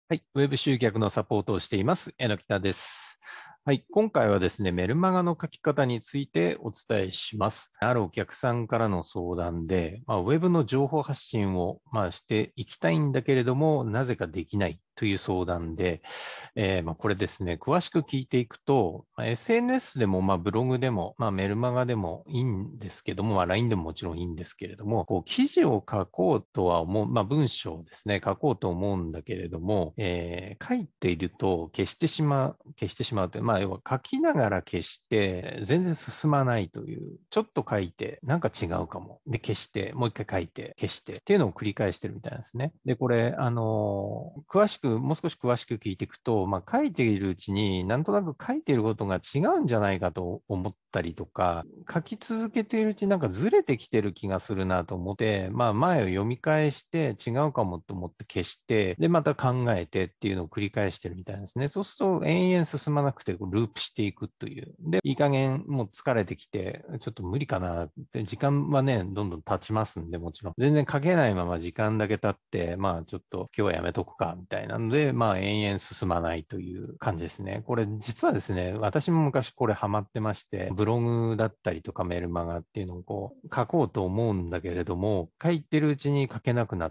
はい。ウェブ集客のサポートをしています。榎田です。はい。今回はですね、メルマガの書き方についてお伝えします。あるお客さんからの相談で、ウェブの情報発信を、していきたいんだけれども、なぜかできないという相談で、これですね、詳しく聞いていくと、SNS でも、ブログでも、メルマガでもいいんですけども、LINE でももちろんいいんですけれども、記事を書こうとは思う、文章をですね、書こうと思うんだけれども、書いていると消してしまうという、要は書きながら消して、全然進まないという、ちょっと書いて、なんか違うかも。で、消して、もう一回書いて、消して、っていうのを繰り返してるみたいなんですね。で、これ、もう少し詳しく聞いていくと、書いているうちになんとなく書いていることが違うんじゃないかと思ったりとか、書き続けているうちになんかずれてきてる気がするなと思って、前を読み返して違うかもと思って消して、で、また考えてっていうのを繰り返してるみたいですね。そうすると延々進まなくてループしていくという。で、いい加減もう疲れてきて、ちょっと無理かなって、時間はね、どんどん経ちますんで、もちろん。全然書けないまま時間だけ経って、ちょっと今日はやめとくか、みたいなので、延々進まないという感じですね。これ実はですね、私も昔これハマってまして、ブログだったりとかメルマガっていうのを書こうと思うんだけれども、書いてるうちに書けなくなって、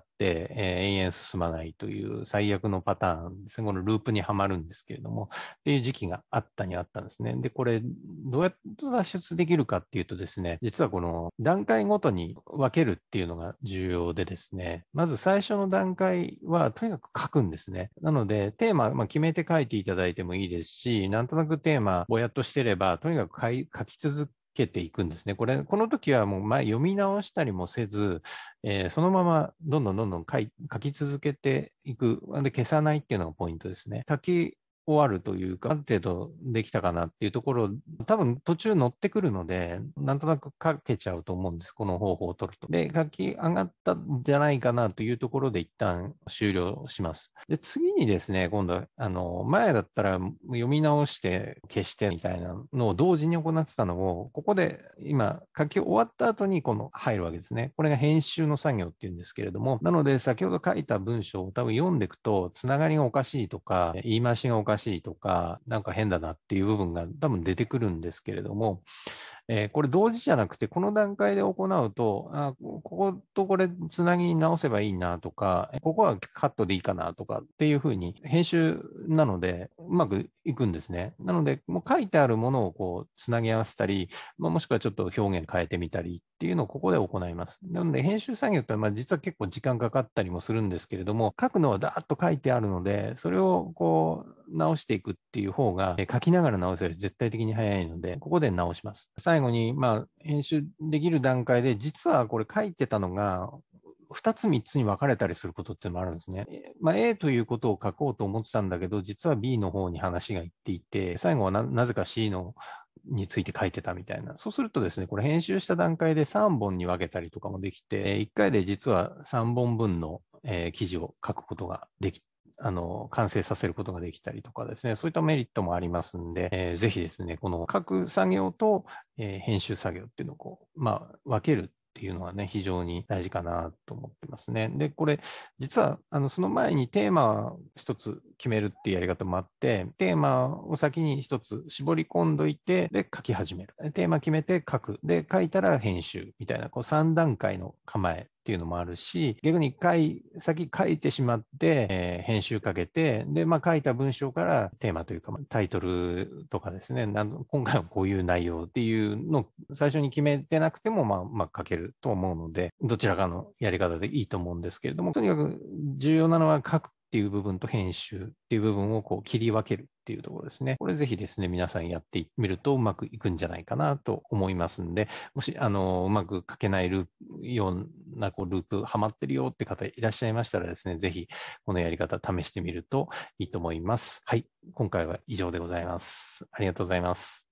延々進まないという最悪のパターンですね。このループにはまるんですけれども、っていう時期があったにあったんですね。で、これ、どうやって脱出できるかっていうとですね、実はこの段階ごとに分けるっていうのが重要でですね、まず最初の段階はとにかく書くんですね。なので、テーマ、決めて書いていただいてもいいですし、なんとなくテーマ、ぼやっとしてれば、とにかく書き続けていくんですね。この時はもう前読み直したりもせず、そのままどんどん書き続けていく。で、消さないっていうのがポイントですね。書き終わるというか、ある程度できたかなっていうところ、多分途中乗ってくるので、なんとなく書けちゃうと思うんです。この方法を取ると。で、書き上がったんじゃないかなというところで一旦終了します。で、次にですね、今度は、前だったら読み直して消してみたいなのを同時に行ってたのを、ここで今書き終わった後にこの入るわけですね。これが編集の作業っていうんですけれども、なので先ほど書いた文章を多分読んでいくと、つながりがおかしいとか、言い回しがおかしいとか、なんか変だなっていう部分が多分出てくるんですけれども、これ同時じゃなくて、この段階で行うと、こことこれつなぎ直せばいいなとか、ここはカットでいいかなとかっていうふうに、編集なので、うまくいくんですね。なので、もう書いてあるものをつなぎ合わせたり、もしくはちょっと表現変えてみたりっていうのをここで行います。なので、編集作業って実は結構時間かかったりもするんですけれども、書くのはだーっと書いてあるので、それを直していくっていう方が、書きながら直すより絶対的に早いので、ここで直します。最後に、編集できる段階で、実はこれ書いてたのが、2つ3つに分かれたりすることっていうのもあるんですね。A ということを書こうと思ってたんだけど、実は B の方に話がいっていて、最後はなぜか C のについて書いてたみたいな。そうするとですね、これ編集した段階で3本に分けたりとかもできて、1回で実は3本分の記事を書くことができ完成させることができたりとかですね、そういったメリットもありますんで、ぜひですね、この書く作業と、編集作業っていうのを分けるっていうのはね、非常に大事かなと思ってますね。で、これ、実は、その前にテーマを一つ決めるっていうやり方もあって、テーマを先に一つ絞り込んどいて、で、書き始める。テーマ決めて書く。で、書いたら編集みたいな、3段階の構えっていうのもあるし、逆に先書いてしまって、編集かけて、で、書いた文章からテーマというか、タイトルとかですね、今回はこういう内容っていうのを最初に決めてなくても、書けると思うので、どちらかのやり方でいいと思うんですけれども、とにかく重要なのは書くっていう部分と編集っていう部分を切り分けるっていうところですね。これぜひですね、皆さんやってみるとうまくいくんじゃないかなと思いますんで、もし、うまく書けないようなループハマってるよって方いらっしゃいましたらですね、ぜひこのやり方試してみるといいと思います。はい。今回は以上でございます。ありがとうございます。